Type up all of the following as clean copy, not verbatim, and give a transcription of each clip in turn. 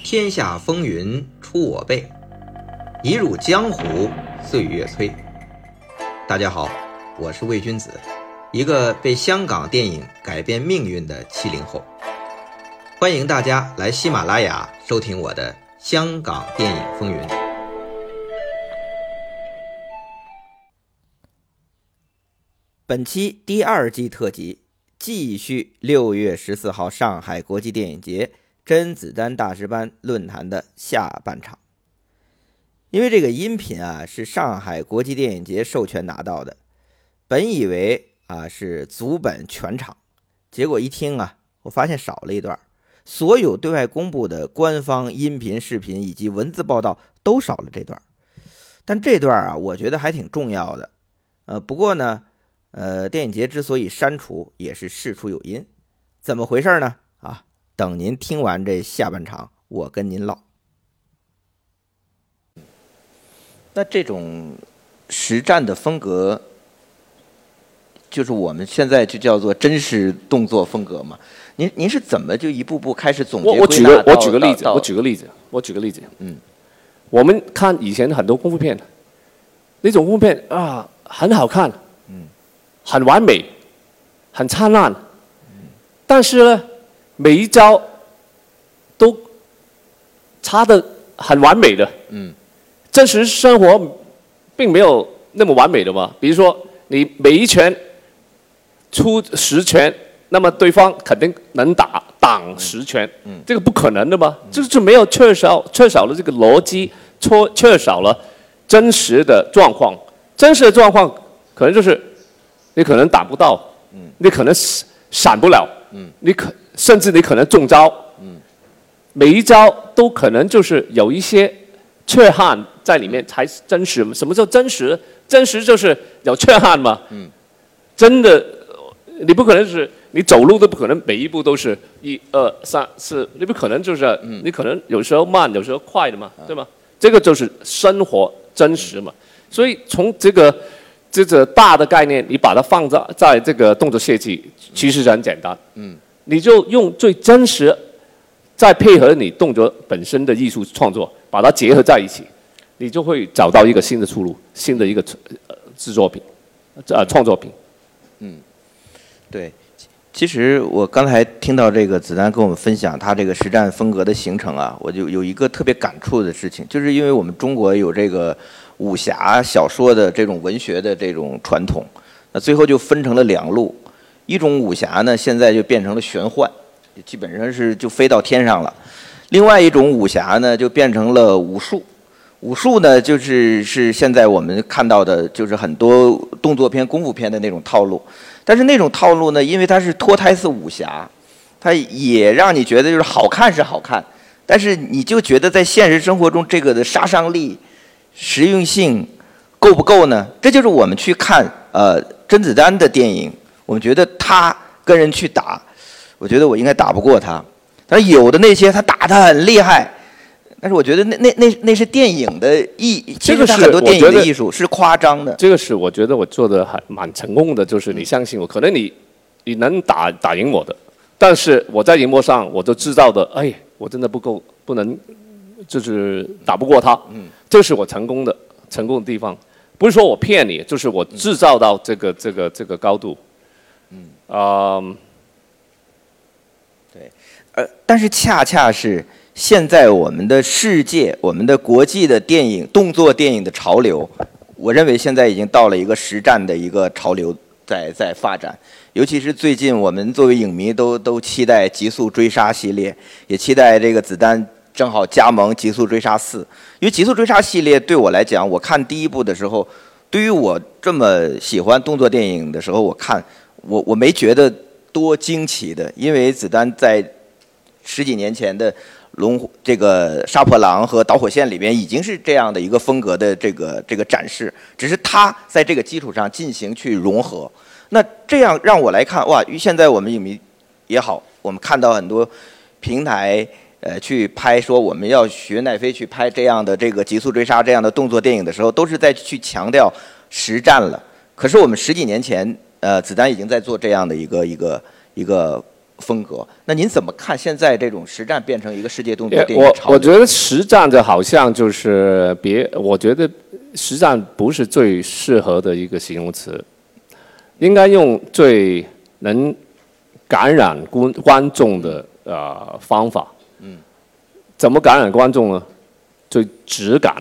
天下风云出我辈，一入江湖岁月催。大家好，我是魏君子，一个被香港电影改变命运的70后。欢迎大家来喜马拉雅收听我的香港电影风云。本期第2季特辑继续6月14号上海国际电影节甄子丹大师班论坛的下半场。因为这个音频是上海国际电影节授权拿到的，本以为是足本全场，结果一听我发现少了一段，所有对外公布的官方音频、视频以及文字报道都少了这段。但这段我觉得还挺重要的。不过呢，电影节之所以删除也是事出有因。怎么回事呢？等您听完这下半场，我跟您唠。那这种实战的风格，就是我们现在就叫做真实动作风格嘛？您是怎么就一步步开始总结归纳？ 我举个例子。我们看以前很多功夫片，那种功夫片很好看，很完美，很灿烂，但是呢，每一招都差得很完美的。真实生活并没有那么完美的嘛。比如说，你每一拳出10拳，那么对方肯定能挡10拳，这个不可能的嘛。就是没有缺少了这个逻辑，缺少了真实的状况。真实的状况可能就是你可能打不到，你可能闪不了，甚至你可能中招，每一招都可能就是有一些缺憾在里面才真实。什么叫真实？真实就是有缺憾嘛。真的，你不可能是你走路都不可能每一步都是1、2、3、4，你不可能就是你可能有时候慢，有时候快的嘛，对吗？这个就是生活真实嘛。所以从这个大的概念，你把它放在这个动作设计，其实是很简单。你就用最真实，再配合你动作本身的艺术创作，把它结合在一起，你就会找到一个新的出路，新的一个创作品。 对。其实我刚才听到这个子丹跟我们分享他这个实战风格的形成我就有一个特别感触的事情，就是因为我们中国有这个武侠小说的这种文学的这种传统，那最后就分成了2路，一种武侠呢现在就变成了玄幻，基本上是就飞到天上了；另外一种武侠呢就变成了武术。武术呢是现在我们看到的就是很多动作片、功夫片的那种套路。但是那种套路呢，因为它是脱胎自武侠，它也让你觉得就是好看是好看，但是你就觉得在现实生活中这个的杀伤力、实用性够不够呢？这就是我们去看甄子丹的电影，我们觉得他跟人去打，我觉得我应该打不过他。但是有的那些他打得很厉害，但是我觉得那是电影的其实他很多电影的艺术是夸张的。 这个是我觉得我做的蛮成功的，就是你相信我，可能你能打赢我的，但是我在荧幕上我就知道的，我真的不能，就是打不过他。这是我成功的地方，不是说我骗你，就是我制造到这个高度。 对，但是恰恰是。现在我们的世界，我们的国际的电影、动作电影的潮流，我认为现在已经到了一个实战的一个潮流在发展。尤其是最近，我们作为影迷都期待《极速追杀》系列，也期待这个子丹正好加盟《极速追杀4》。因为《极速追杀》系列对我来讲，我看第1部的时候，对于我这么喜欢动作电影的时候，我没觉得多惊奇的，因为子丹在10几年前的这个杀破狼和导火线里面已经是这样的一个风格的这个展示，只是他在这个基础上进行去融合。那这样让我来看，现在我们影迷也好，我们看到很多平台去拍说我们要学奈飞去拍这样的这个极速追杀这样的动作电影的时候，都是在去强调实战了。可是我们10几年前子丹已经在做这样的一个风格。那您怎么看现在这种实战变成一个世界动作电影的潮流？ 我觉得实战就好像就是我觉得实战不是最适合的一个形容词，应该用最能感染观众的方法。怎么感染观众呢？最质感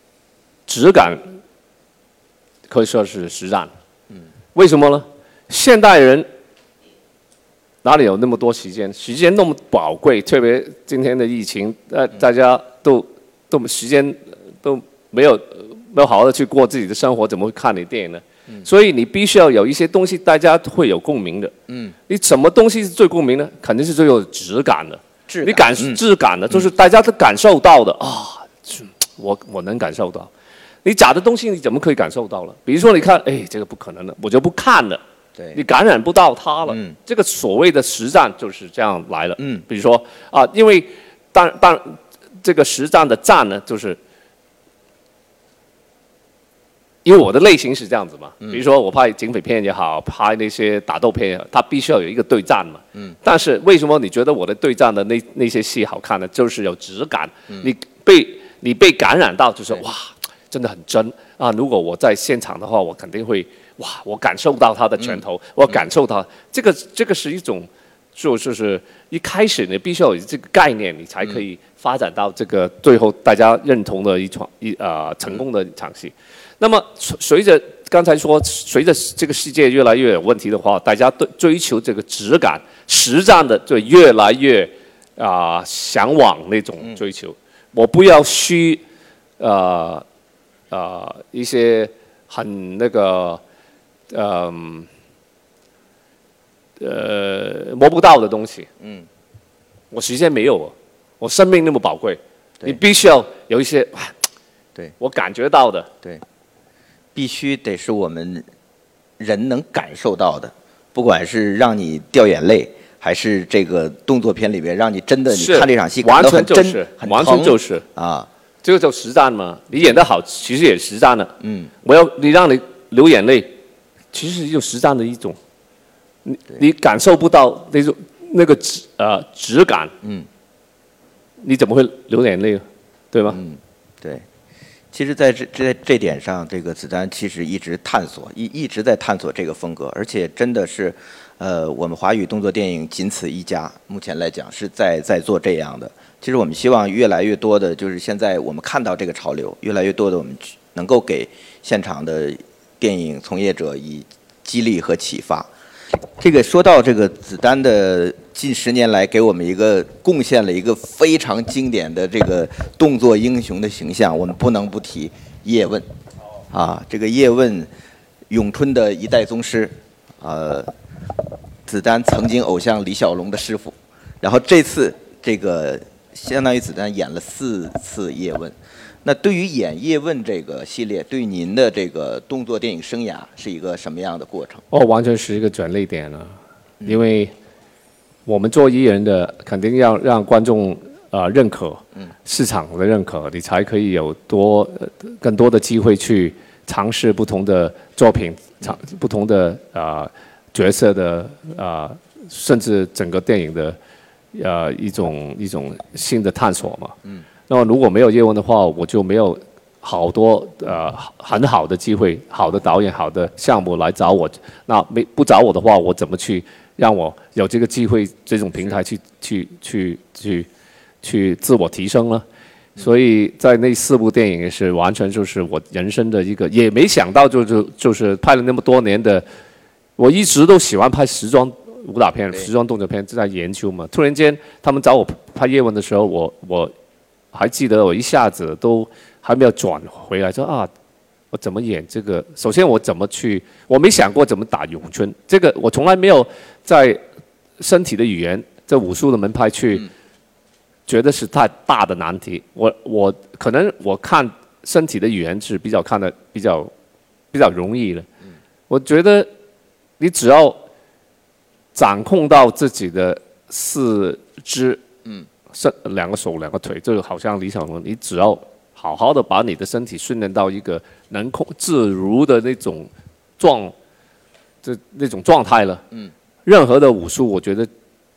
可以说是实战。为什么呢？现代人哪里有那么多时间？时间那么宝贵，特别今天的疫情，大家都时间都没有好好的去过自己的生活，怎么会看你电影呢？所以你必须要有一些东西大家会有共鸣的。你什么东西是最共鸣的？肯定是最有质感的。你质感的，就是大家都感受到的啊，我能感受到。你假的东西你怎么可以感受到了？比如说你看，哎，这个不可能的，我就不看了。 对， 你感染不到它了。这个所谓的实战就是这样来的。比如说因为当这个实战的战呢，就是因为我的类型是这样子嘛。比如说我拍警匪片也好，拍那些打斗片也好，它必须要有一个对战嘛。但是为什么你觉得我的对战的那些戏好看呢？就是有质感。你被感染到，就是哇，真的很真啊！如果我在现场的话，我肯定会哇，我感受到他的拳头，我感受到这个是一种，就是一开始你必须要有这个概念，你才可以发展到这个最后大家认同的成功的一场戏。那么随着刚才说，随着这个世界越来越有问题的话，大家追求这个质感、实战的，就越来越向往那种追求。我不要一些很那个摸不到的东西。我时间没有，我生命那么宝贵，你必须要有一些， 对， 我感觉到的， 对，必须得是我们人能感受到的，不管是让你掉眼泪。还是这个动作片里边，让你真的你看这场戏感到很真，很疼， 完全就是啊，这个叫实战嘛。你演得好，其实也实战了。你让你流眼泪，其实就实战的一种。你感受不到那个质感，你怎么会流眼泪？对吗？ 对。其实在这点上，这个子丹其实一直在探索这个风格，而且真的是。我们华语动作电影仅此一家，目前来讲是在做这样的。其实我们希望越来越多的，就是现在我们看到这个潮流，越来越多的我们能够给现场的电影从业者以激励和启发。这个说到这个子丹的近10年来给我们贡献了一个非常经典的这个动作英雄的形象，我们不能不提叶问。这个叶问，咏春的一代宗师，子丹曾经偶像李小龙的师傅，然后这次这个相当于子丹演了4次叶问。那对于演叶问这个系列，对于您的这个动作电影生涯是一个什么样的过程？ 完全是一个转捩点了，因为我们做艺人的肯定要让观众认可，市场的认可，你才可以有更多的机会去尝试不同的作品，不同的角色的甚至整个电影的一种新的探索嘛。那么如果没有叶问的话，我就没有好多很好的机会、好的导演、好的项目来找我。那不找我的话，我怎么去让我有这个机会、这种平台去自我提升呢？所以在那4部电影也是完全就是我人生的一个，也没想到就是拍了那么多年的。我一直都喜欢拍时装武打片、时装动作片，在研究嘛。突然间，他们找我拍叶问的时候，我还记得我一下子都还没有转回来，说我怎么演这个？首先我怎么去？我没想过怎么打咏春，这个我从来没有在身体的语言、在武术的门派去觉得是太大的难题。我可能我看身体的语言是看得比较容易的。我觉得。你只要掌控到自己的4肢，2个手、2个腿，就好像李小龙，你只要好好的把你的身体训练到一个能自如的那种状态了，任何的武术，我觉得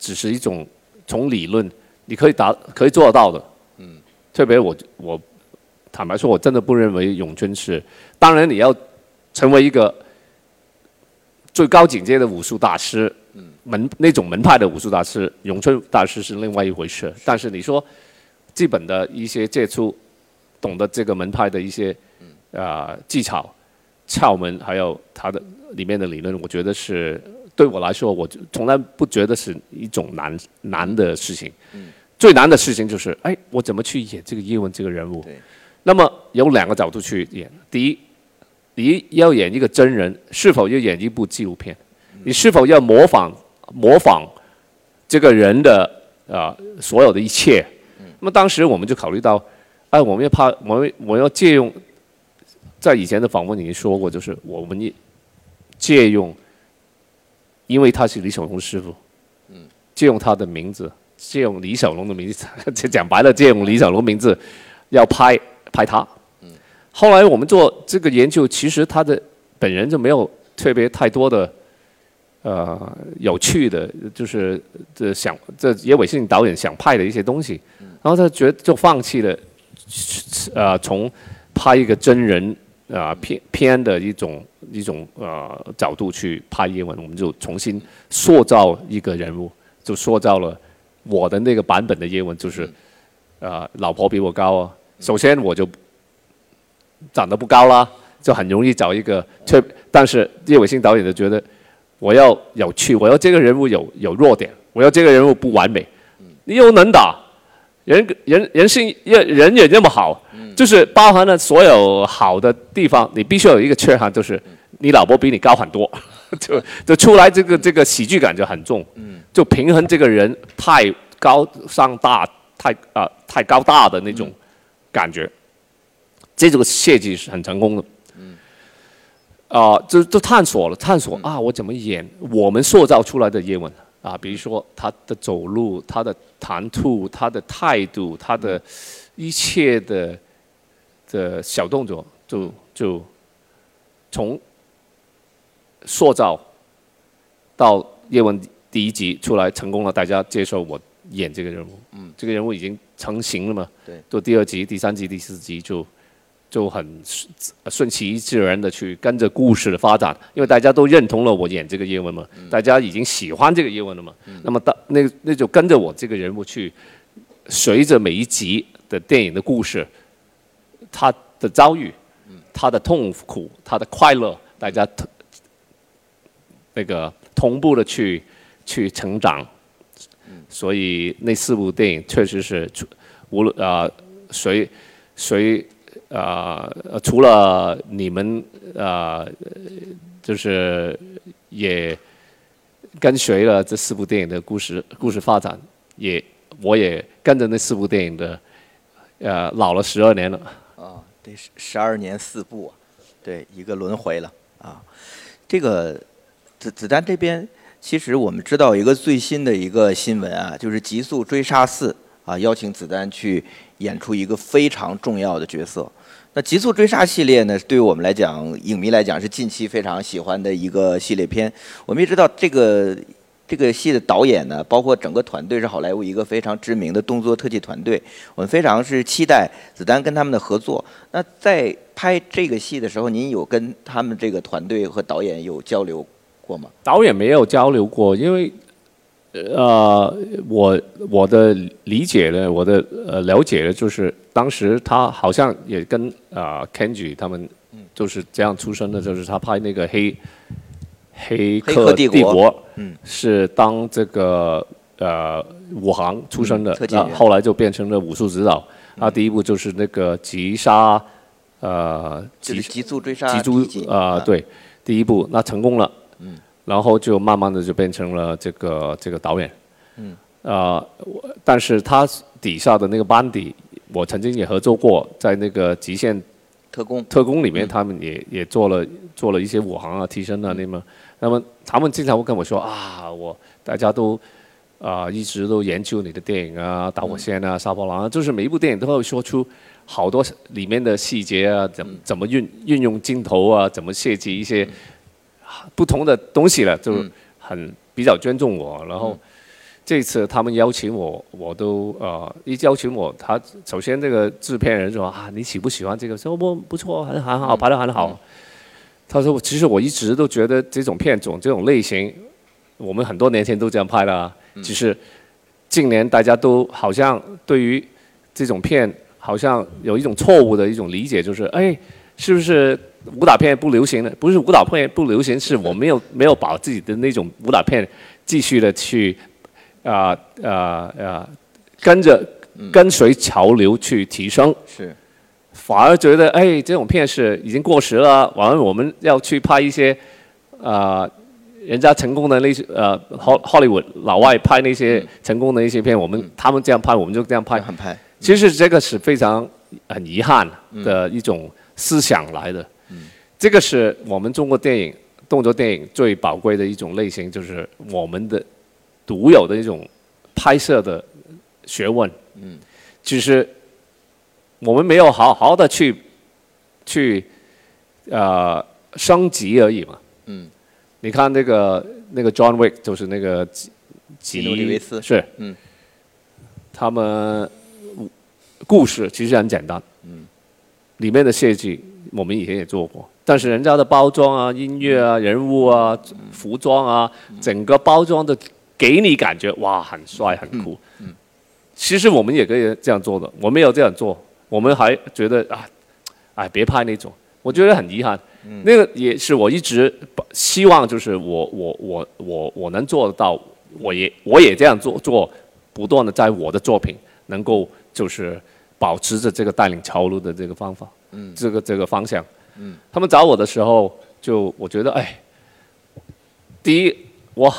只是一种从理论你可以做得到的。特别我坦白说，我真的不认为咏春是，当然你要成为一个最高境界的武术大师，那种门派的武术大师，咏春大师是另外一回事。但是你说基本的一些接触，懂得这个门派的一些技巧、窍门，还有它的里面的理论，我觉得是对我来说，我从来不觉得是一种难的事情。最难的事情就是，我怎么去演这个叶问这个人物？那么有2个角度去演。第一，你要演一个真人，是否要演一部纪录片？你是否要模仿这个人的所有的一切？那么当时我们就考虑到，我们要借用，在以前的访问已经说过，就是我们借用，因为他是李小龙师傅，借用他的名字。借用李小龙的名字，讲白了，借用李小龙名字，要拍他。后来我们做这个研究，其实他的本人就没有特别太多的有趣的，就是这叶伟信导演想拍的一些东西，然后他就放弃了从拍一个真人偏的一种角度去拍叶问，我们就重新塑造一个人物，就塑造了。我的那个版本的叶问就是，老婆比我高啊。首先我就长得不高啦，就很容易找一个。但是叶伟信导演就觉得我要有趣，我要这个人物有弱点，我要这个人物不完美。你又能打，人也那么好，就是包含了所有好的地方，你必须有一个缺憾，就是你老婆比你高很多，就出来这个喜剧感就很重。就平衡这个人太高尚大、太高大的那种感觉，这个设计是很成功的。就探索我怎么演我们塑造出来的叶问比如说他的走路、他的谈吐、他的态度、他的一切的小动作，就从塑造到叶问。第1集出来成功了，大家接受我演这个人物，这个人物已经成型了嘛。对，到第2集、第3集、第4集就很顺其自然的去跟着故事的发展，因为大家都认同了我演这个叶问嘛，大家已经喜欢这个叶问了嘛。那么那就跟着我这个人物去，随着每一集的电影的故事，他的遭遇，他的痛苦，他的快乐，大家那个同步的去成长，所以那4部电影确实是无论除了你们就是也跟随了这4部电影的故事发展，我也跟着那4部电影的老了12年了。 对，12年4部，对，一个轮回了啊。这个子弹这边。其实我们知道一个最新的一个新闻就是《极速追杀4》邀请子弹去演出一个非常重要的角色。那《极速追杀》系列呢，对于我们来讲，影迷来讲是近期非常喜欢的一个系列片。我们也知道这个戏的导演呢，包括整个团队是好莱坞一个非常知名的动作特技团队，我们非常是期待子弹跟他们的合作。那在拍这个戏的时候，您有跟他们这个团队和导演有交流过吗？ 导演没有交流过，因为我的理解呢，我的了解呢，就是当时他好像也跟Kenji 他们就是这样出身的，就是他拍那个黑客帝国，是当这个武行出身的，后来就变成了武术指导。他第1部就是那个极速追杀对，第1部那成功了。然后就慢慢的就变成了这个导演，但是他底下的那个班底，我曾经也合作过，在那个极限特工里面，他们也做了一些武行提升那么他们经常会跟我说大家都一直都研究你的电影导火线杀破狼就是每一部电影都会说出好多里面的细节怎么运用镜头怎么设计一些。不同的东西了，就比较尊重我。然后这次他们邀请我，我都一邀请我，他首先这个制片人说啊，你喜不喜欢这个？说我不错，很好，拍得很好。他说其实我一直都觉得这种片种这种类型，我们很多年前都这样拍了，只是近年大家都好像对于这种片好像有一种错误的一种理解，就是哎，是不是武打片不流行了？不是武打片不流行，是我没有把自己的那种武打片继续的去跟随潮流去提升， 是， 反而觉得哎，这种片是已经过时了，完了我们要去拍一些人家成功的那些Hollywood 老外拍那些成功的一些片，他们这样拍，我们就这样拍。其实这个是非常很遗憾的一种思想来的。这个是我们中国电影动作电影最宝贵的一种类型，就是我们的独有的一种拍摄的学问。只是我们没有好好的去升级而已嘛。你看那个 John Wick 就是那个基努里维斯是，他们故事其实很简单，里面的设计我们以前也做过，但是人家的包装啊、音乐啊、人物啊、服装啊，整个包装的给你感觉哇很帅很酷。其实我们也可以这样做的，我没有这样做，我们还觉得别拍那种，我觉得很遗憾。那个也是我一直希望，就是我能做得到，我也这样做，不断的在我的作品能够就是保持着这个带领潮流的这个方法，这个方向。他们找我的时候，我觉得第一我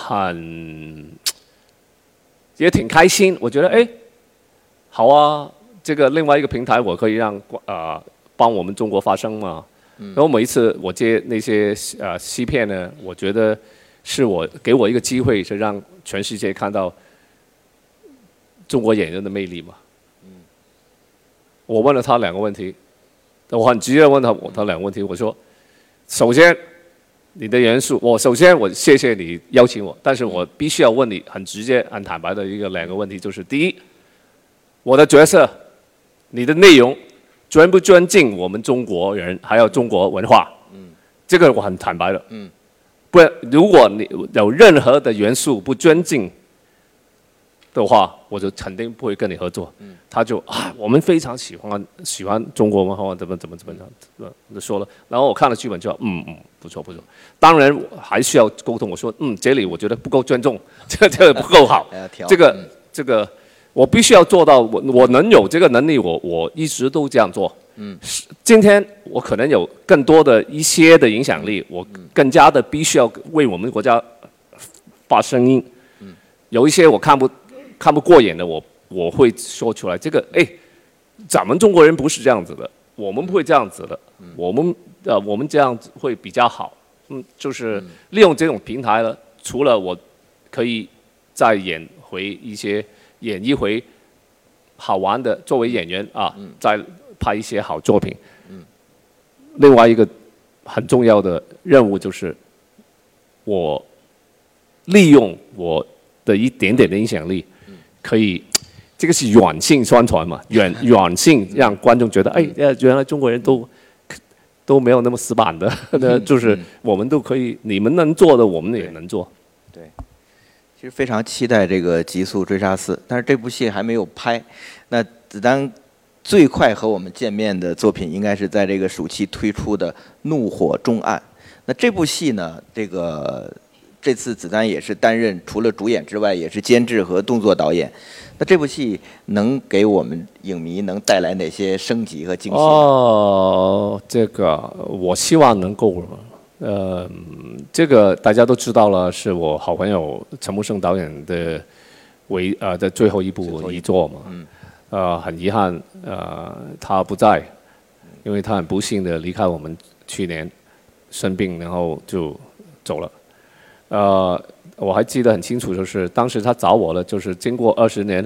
也挺开心，我觉得好啊，这个另外一个平台我可以让帮我们中国发声嘛。然后每一次我接那些西片呢，我觉得是给我一个机会，是让全世界看到中国演员的魅力嘛。我问了他两个问题，我很直接问他两个问题，我说：首先你的元素，首先我谢谢你邀请我，但是我必须要问你很直接、很坦白的两个问题，就是第一，我的角色，你的内容尊不尊敬我们中国人，还有中国文化？这个我很坦白的。不然，如果你有任何的元素不尊敬的话，我就肯定不会跟你合作。他就我们非常喜欢中国文化，怎么就说了。然后我看了剧本就不错。当然还需要沟通。我说这里我觉得不够尊重，这个不够好。这个我必须要做到，我能有这个能力，我一直都这样做。今天我可能有更多的一些的影响力，我更加的必须要为我们国家发声音。有一些我看不过眼的，我会说出来。这个咱们中国人不是这样子的，我们不会这样子的，我们这样子会比较好。就是利用这种平台呢，除了我可以再演一回好玩的，作为演员再拍一些好作品。另外一个很重要的任务就是我利用我的一点点的影响力，可以，这个是软性宣传嘛，软性让观众觉得，原来中国人都没有那么死板的，就是我们都可以，你们能做的，我们也能做。 对，其实非常期待这个《极速追杀4》，但是这部戏还没有拍。那子丹最快和我们见面的作品，应该是在这个暑期推出的《怒火重案》。那这部戏呢，这次子丹也是担任除了主演之外，也是监制和动作导演。那这部戏能给我们影迷能带来哪些升级和惊喜？ 这个我希望能够，这个大家都知道了，是我好朋友陈木胜导演的最后一部遗作嘛。很遗憾，他不在，因为他很不幸的离开我们，去年生病，然后就走了。我还记得很清楚，就是当时他找我了，就是经过20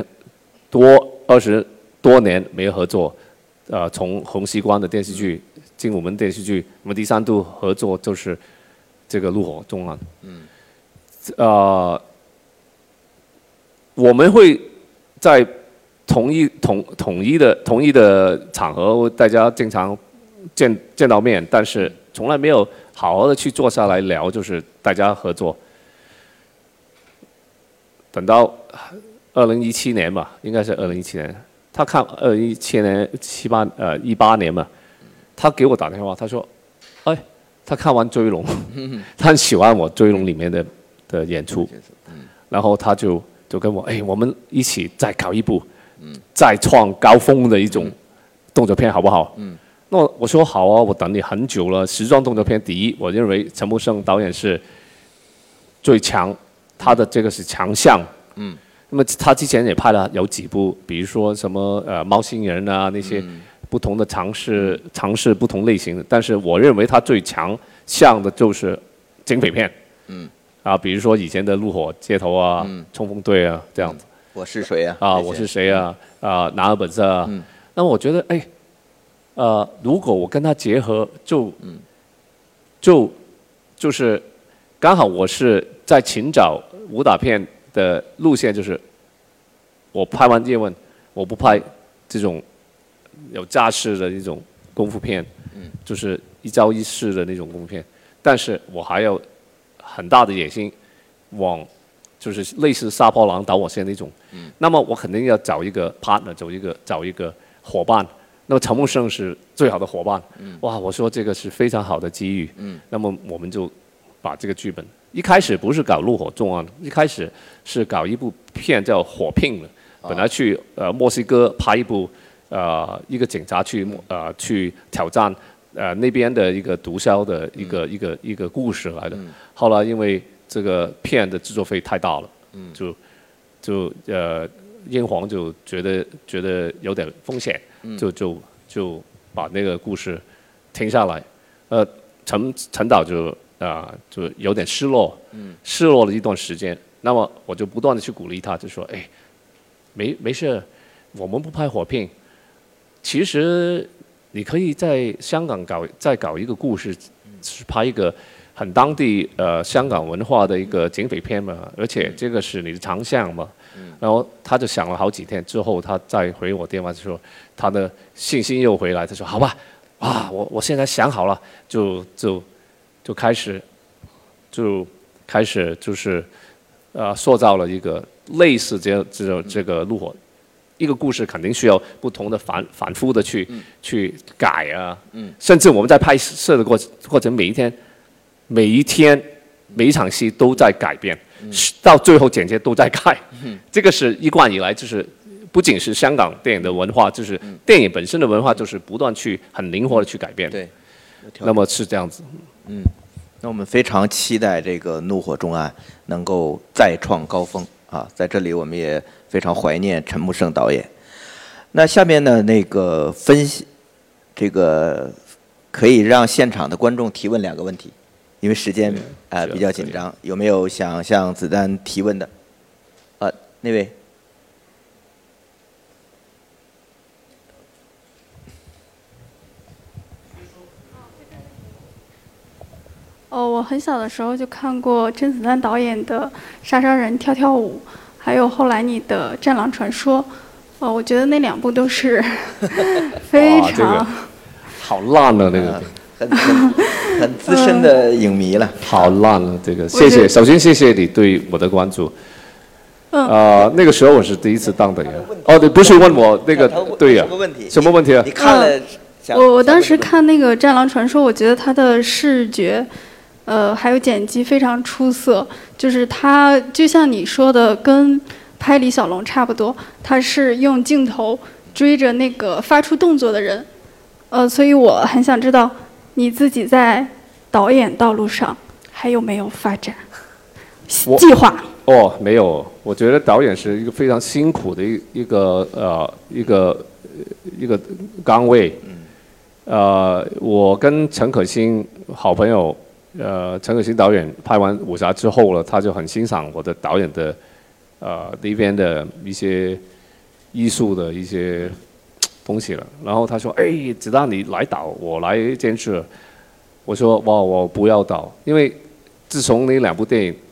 多年没合作，从洪熙光的电视剧进我们电视剧，我们第3度合作就是这个《怒火重案》。 我们会在统一的场合，大家经常见到面，但是从来没有好好的去坐下来聊，就是大家合作。等到2017年吧，应该是2017年，他看2017年18年嘛，他给我打电话，他说，哎，他看完《追龙》，他很喜欢我《追龙》里面的演出，然后他就跟我，哎，我们一起再搞一部，再创高峰的一种动作片，好不好？那我说好啊，我等你很久了。时装动作片，第一，我认为陈木胜导演是最强，他的这个是强项。那么他之前也拍了有几部，比如说什么猫星人啊那些不同的尝试不同类型的。但是我认为他最强项的就是警匪片。比如说以前的《怒火街头》啊，冲锋队啊这样子。 我是谁啊？ 我是谁啊？男儿本色啊。那么我觉得，哎。如果我跟他结合，就是刚好我是在寻找武打片的路线，就是我拍完叶问，我不拍这种有架势的那种功夫片，就是一招一式的那种功夫片，但是我还有很大的野心，往就是类似杀破狼、导火线那种，那么我肯定要找一个 partner， 找一个伙伴。那么陈木胜是最好的伙伴，哇！我说这个是非常好的机遇，那么我们就把这个剧本，一开始不是搞怒火重案，一开始是搞一部片叫《火拼》的，本来去墨西哥拍一部一个警察去挑战那边的一个毒枭的一个故事来的，后来因为这个片的制作费太大了，英皇就觉得有点风险。就把那个故事停下来，陈导就有点失落，失落了一段时间。那么我就不断的去鼓励他，就说，哎，没事，我们不拍火拼，其实你可以在香港再搞一个故事，是拍一个很当地香港文化的一个警匪片嘛，而且这个是你的长项嘛。然后他就想了好几天之后，他再回我电话就说，他的信心又回来，他说好吧，我现在想好了，就开始就是塑造了一个类似这个怒火，一个故事肯定需要不同的反复的去改啊，甚至我们在拍摄的过程每一天每一场戏都在改变。到最后剪接都在改，这个是一贯以来就是不仅是香港电影的文化，就是电影本身的文化，就是不断去很灵活的去改变。 对， 那么是这样子。 那我们非常期待这个《怒火重案》能够再创高峰啊！在这里我们也非常怀念陈木胜导演。那下面呢，那个分析这个可以让现场的观众提问2个问题。因为时间比较紧张，有没有想向子弹提问的？那位。 我很小的时候就看过甄子丹导演的《杀杀人跳跳舞》，还有后来你的《战狼传说》。我觉得那2部都是非常、 这个、好烂了那个。 很资深的影迷了， 好烂了这个，谢谢，首先谢谢你对我的关注。那个时候我是第一次当的人。对，不是问我那个，对呀，什么问题啊？ 你看了？ 我当时看那个《战狼传说》，我觉得它的视觉，还有剪辑非常出色，就是它就像你说的，跟拍李小龙差不多，它是用镜头追着那个发出动作的人。所以我很想知道。你自己在导演道路上还有没有发展计划？ 没有。我觉得导演是一个非常辛苦的一个岗位。我跟陈可辛好朋友，陈可辛导演拍完武侠之后了，他就很欣赏我的导演的那边的一些艺术的一些。东西了，然后他说：“哎，子弹你来导，我来监制。”我说：“哇，我不要导，因为自从那2部电影，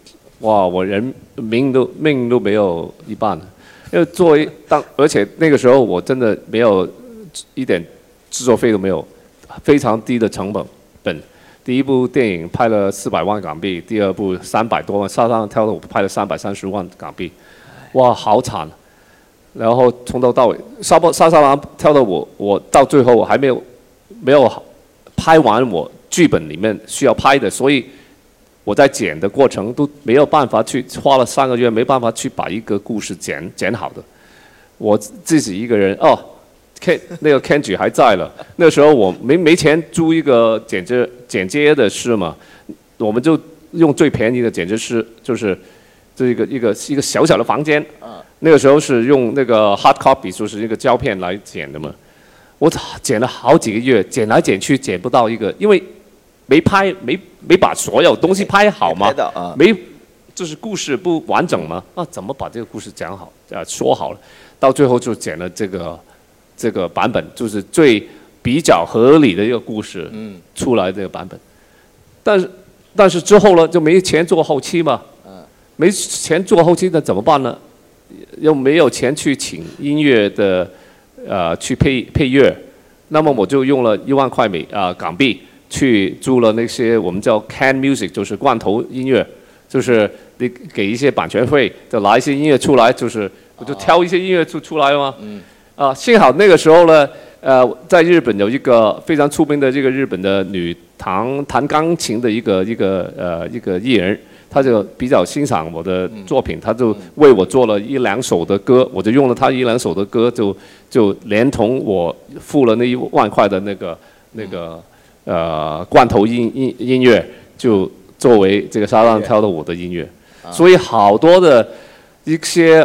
哇，我人命都没有一半了。因为而且那个时候我真的没有一点制作费都没有，非常低的成本。第一部电影拍了400万港币，第二部300多万，沙上跳的舞拍了330万港币，哇，好惨！然后从头到尾，沙上跳的舞，我到最后我还没有拍完我剧本里面需要拍的，所以我在剪的过程都没有办法花了3个月，没办法去把一个故事剪好的。我自己一个人那个 Kenji 还在了，那时候我没钱租一个剪接的师嘛，我们就用最便宜的剪接师，就是这一个小小的房间。那个时候是用那个 hard copy， 就是一个胶片来剪的嘛。我剪了好几个月，剪来剪去剪不到一个，因为没把所有东西拍好嘛，就是故事不完整嘛，怎么把这个故事讲好说好了，到最后就剪了这个版本，就是比较合理的一个故事出来这个版本。但是之后呢，就没钱做后期嘛，没钱做后期那怎么办呢？又没有钱去请音乐的去配乐，那么我就用了1万块港币去租了那些我们叫 can music， 就是罐头音乐，就是你给一些版权费，就拿一些音乐出来，就是我就挑一些音乐出来嘛。幸好那个时候呢，在日本有一个非常出名的这个日本的女弹钢琴的一个艺人，她就比较欣赏我的作品，她就为我做了1-2首的歌，我就用了她1-2首的歌，就连同我付了那1万块的那个罐头音乐，就作为这个沙上跳的舞的音乐，所以好多的一些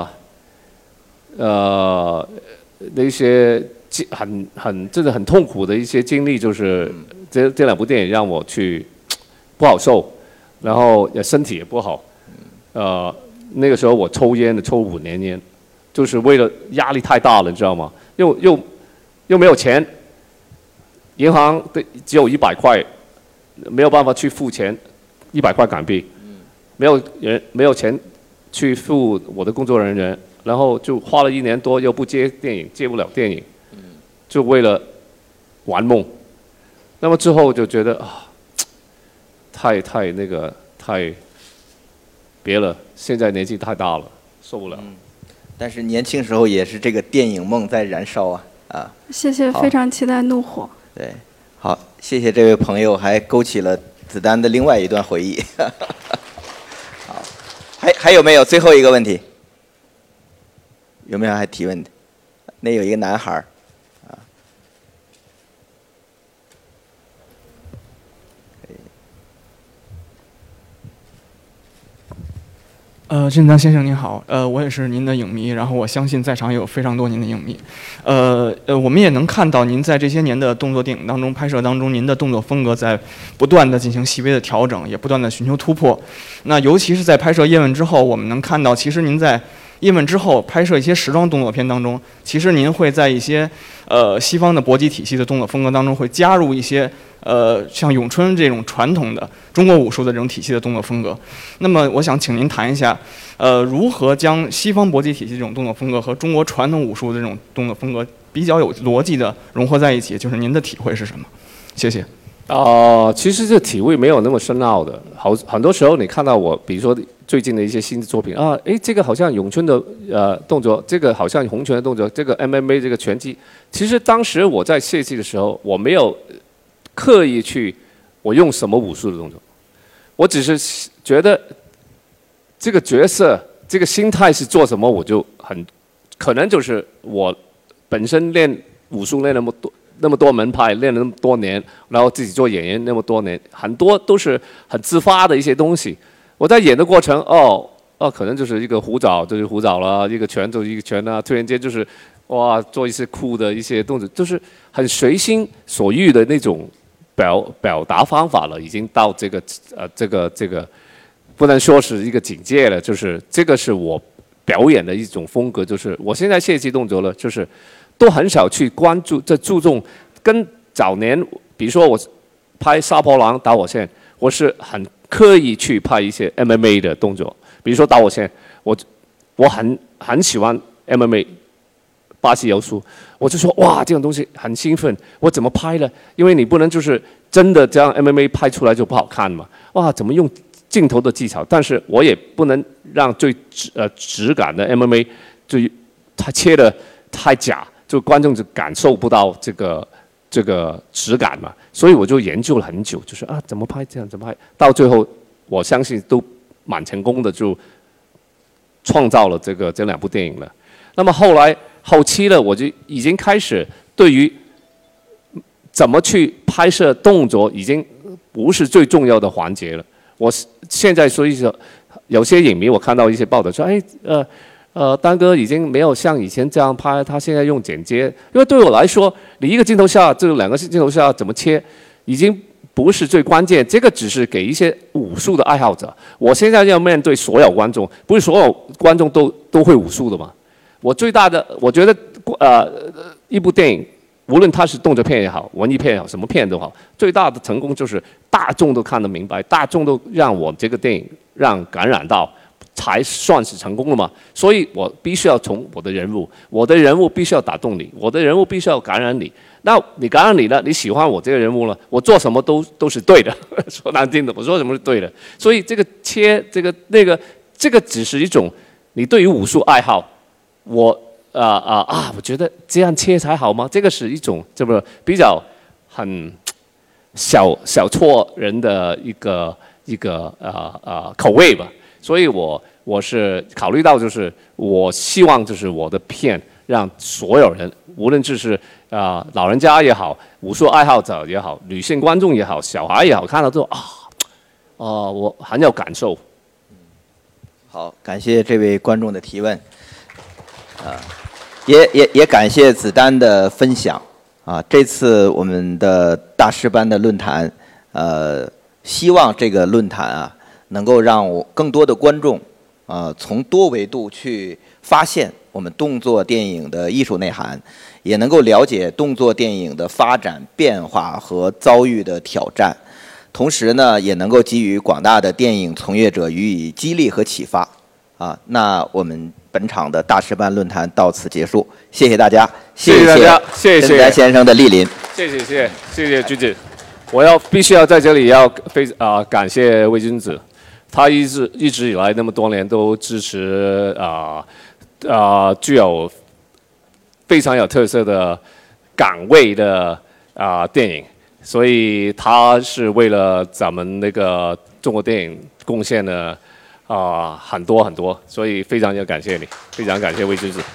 那些真的很痛苦的一些经历，就是这2部电影让我去不好受，然后身体也不好。那个时候我抽烟的，抽5年烟，就是为了压力太大了，你知道吗？又没有钱，银行只有100块，没有办法去付钱，100块港币，没有钱去付我的工作人员，然后就花了1年多，又不接不了电影，就为了玩梦。那么之后就觉得太别了，现在年纪太大了，受不了。 但是年轻时候也是这个电影梦在燃烧啊！ 谢谢，非常期待怒火。 对，好，谢谢这位朋友，还勾起了子丹的另外一段回忆。好，还有没有最后一个问题？有没有还提问的？那有一个男孩儿。 甄丹先生您好，我也是您的影迷，然后我相信在场也有非常多您的影迷，我们也能看到您在这些年的动作电影当中拍摄当中，您的动作风格在不断的进行细微的调整，也不断的寻求突破。那尤其是在拍摄《叶问》之后，我们能看到，其实您在《叶问》之后拍摄一些时装动作片当中，其实您会在一些西方的搏击体系的动作风格当中，会加入一些像咏春这种传统的中国武术的这种体系的动作风格。那么我想请您谈一下，如何将西方搏击体系这种动作风格和中国传统武术的这种动作风格比较有逻辑的融合在一起，就是您的体会是什么？谢谢。 其实这体会没有那么深奥的，很多时候你看到我，比如说最近的一些新的作品这个好像咏春的动作，这个好像洪拳的动作，这个 MMA 这个拳击，其实当时我在设计的时候，我没有刻意去我用什么武术的动作，我只是觉得这个角色这个心态是做什么，我就可能就是我本身练武术练那么多门派，练了那么多年，然后自己做演员那么多年，很多都是很自发的一些东西。我在演的过程，可能就是一个虎爪就是虎爪了，一个拳就是一个拳啊，突然间就是哇，做一些酷的一些动作，就是很随心所欲的那种表达方法了，已经到这个不能说是一个境界了，就是这个是我表演的一种风格，就是我现在设计动作了，就是都很少去注重跟早年，比如说我拍杀破狼打火线，我是很刻意去拍一些 MMA 的动作，比如说打我拳，我很喜欢 MMA 巴西柔术，我就说哇，这种东西很兴奋，我怎么拍呢？因为你不能就是真的这样 MMA 拍出来就不好看嘛，哇，怎么用镜头的技巧？但是我也不能让最质感的 MMA 就它切的太假，就观众就感受不到这个质感嘛。所以我就研究了很久，就是啊怎么拍这样怎么拍，到最后我相信都蛮成功的，就创造了这两部电影了。那么后期呢，我就已经开始对于怎么去拍摄动作已经不是最重要的环节了。我现在所以说，有些影迷我看到一些报道说，丹哥已经没有像以前这样拍，他现在用剪接。因为对我来说，你一个镜头下，这两个镜头下怎么切，已经不是最关键，这个只是给一些武术的爱好者。我现在要面对所有观众，不是所有观众都会武术的嘛。我最大的，我觉得一部电影，无论它是动作片也好，文艺片也好，什么片都好，最大的成功就是大众都看得明白，大众都让我这个电影感染到，才算是成功了嘛。所以我必须要从我的人物必须要打动你，我的人物必须要感染你。那你感染你了，你喜欢我这个人物了，我做什么都是对的。说难听的，我说什么是对的。所以这个切这个只是一种你对于武术爱好。我觉得这样切才好吗？这个是一种这么比较很小撮人的一个口味吧。所以我是考虑到，就是我希望就是我的片让所有人，无论就是老人家也好，武术爱好者也好，女性观众也好，小孩也好，看到之后我很有感受。 好，感谢这位观众的提问。也感谢子丹的分享啊！这次我们的大师班的论坛，希望这个论坛啊，能够让更多的观众从多维度去发现我们动作电影的艺术内涵，也能够了解动作电影的发展变化和遭遇的挑战，同时呢，也能够给予广大的电影从业者予以激励和启发啊！那我们本场的大师班论坛到此结束，谢谢大家， 谢谢大家，谢谢甄子丹先生的莅临， 谢谢君子，我必须要在这里感谢魏君子，他一直以来那么多年都支持具有非常有特色的港味的电影，所以他是为了咱们那个中国电影贡献了很多，所以非常感谢你，非常感谢魏君子。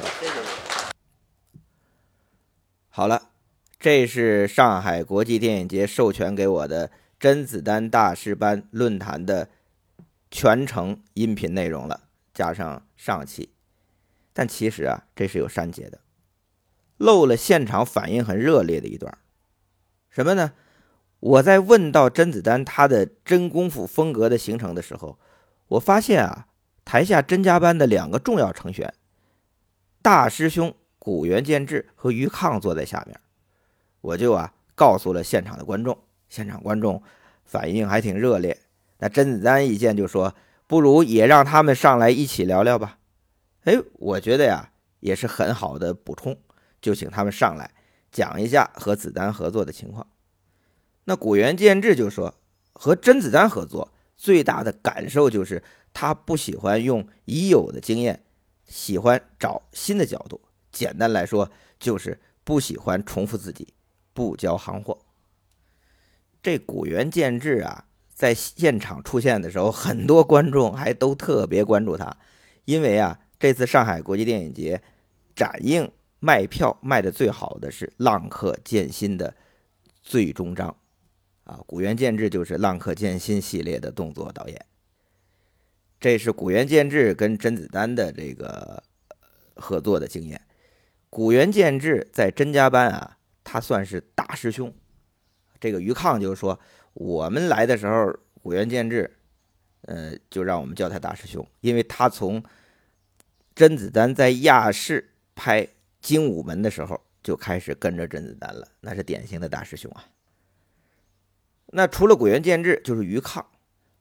好了，这是上海国际电影节授权给我的甄子丹大师班论坛的全程音频内容了，加上上期。但其实这是有删节的，漏了现场反应很热烈的一段。什么呢？我在问到甄子丹他的真功夫风格的形成的时候，我发现台下甄家班的两个重要成员，大师兄古原健治和于抗坐在下面，我就告诉了现场的观众，现场观众反应还挺热烈。那甄子丹一见就说，不如也让他们上来一起聊聊吧。我觉得也是很好的补充，就请他们上来讲一下和子丹合作的情况。那古原健治就说，和甄子丹合作最大的感受就是他不喜欢用已有的经验，喜欢找新的角度，简单来说就是不喜欢重复自己，不交行货。这古原健治在现场出现的时候，很多观众还都特别关注他，因为这次上海国际电影节展映卖票卖的最好的是《浪客剑心》的最终章古原健治就是《浪客剑心》系列的动作导演。这是古原健治跟甄子丹的这个合作的经验。古原健治在甄家班他算是大师兄。这个于抗就说，我们来的时候古原健治就让我们叫他大师兄，因为他从甄子丹在亚视拍精武门的时候就开始跟着甄子丹了，那是典型的大师兄那除了古原健治就是于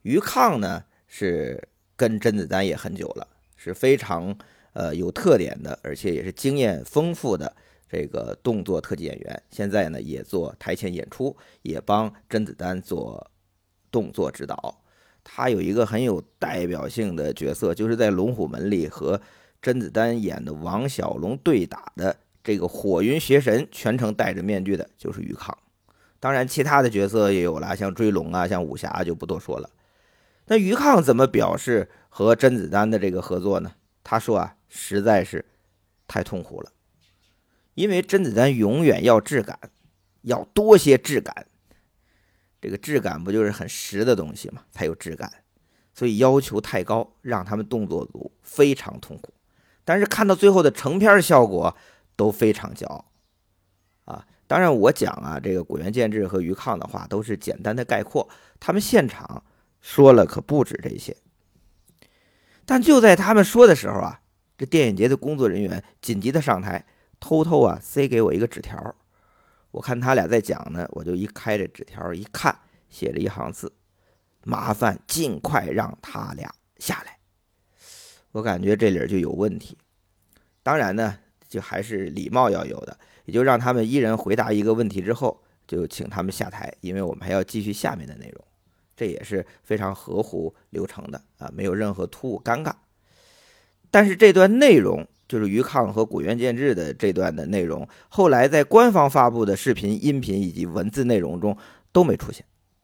于抗呢是跟甄子丹也很久了，是非常有特点的，而且也是经验丰富的这个动作特技演员。现在呢也做台前演出，也帮甄子丹做动作指导。他有一个很有代表性的角色，就是在《龙虎门》里和甄子丹演的王小龙对打的这个火云邪神，全程戴着面具的就是于抗。当然其他的角色也有了，像追龙啊，像武侠就不多说了。那于抗怎么表示和甄子丹的这个合作呢？他说啊，实在是太痛苦了，因为甄子丹永远要质感，要多些质感。这个质感不就是很实的东西吗？才有质感，所以要求太高，让他们动作组非常痛苦。但是看到最后的成片效果都非常骄傲啊！当然我讲啊，这个古原健治和于抗的话都是简单的概括，他们现场说了可不止这些。但就在他们说的时候啊，这电影节的工作人员紧急的上台，偷偷啊塞给我一个纸条。我看他俩在讲呢，我就一开这纸条一看，写着一行字：麻烦尽快让他俩下来。我感觉这里就有问题。当然呢，就还是礼貌要有的，也就让他们一人回答一个问题之后，就请他们下台，因为我们还要继续下面的内容。这也是非常合乎流程的啊，没有任何突兀尴尬。但是这段内容，就是于抗和古原健治的这段的内容，后来在官方发布的视频、音频以及文字内容中都没出现。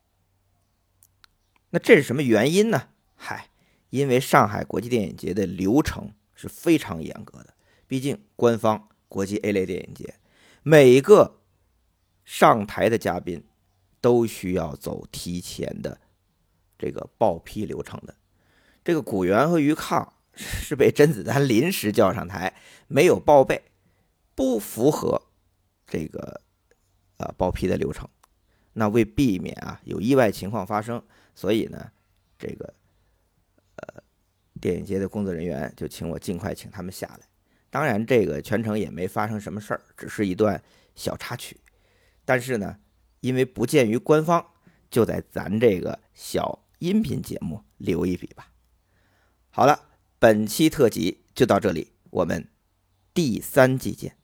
那这是什么原因呢？因为上海国际电影节的流程是非常严格的，毕竟官方国际 A 类电影节，每一个上台的嘉宾都需要走提前的这个报批流程的。这个古原和于抗是被甄子丹临时叫上台，没有报备，不符合这个报批的流程。那为避免有意外情况发生，所以呢，这个电影节的工作人员就请我尽快请他们下来。当然，这个全程也没发生什么事儿，只是一段小插曲。但是呢，因为不见于官方，就在咱这个小音频节目留一笔吧。好了，本期特辑就到这里，我们第3季见。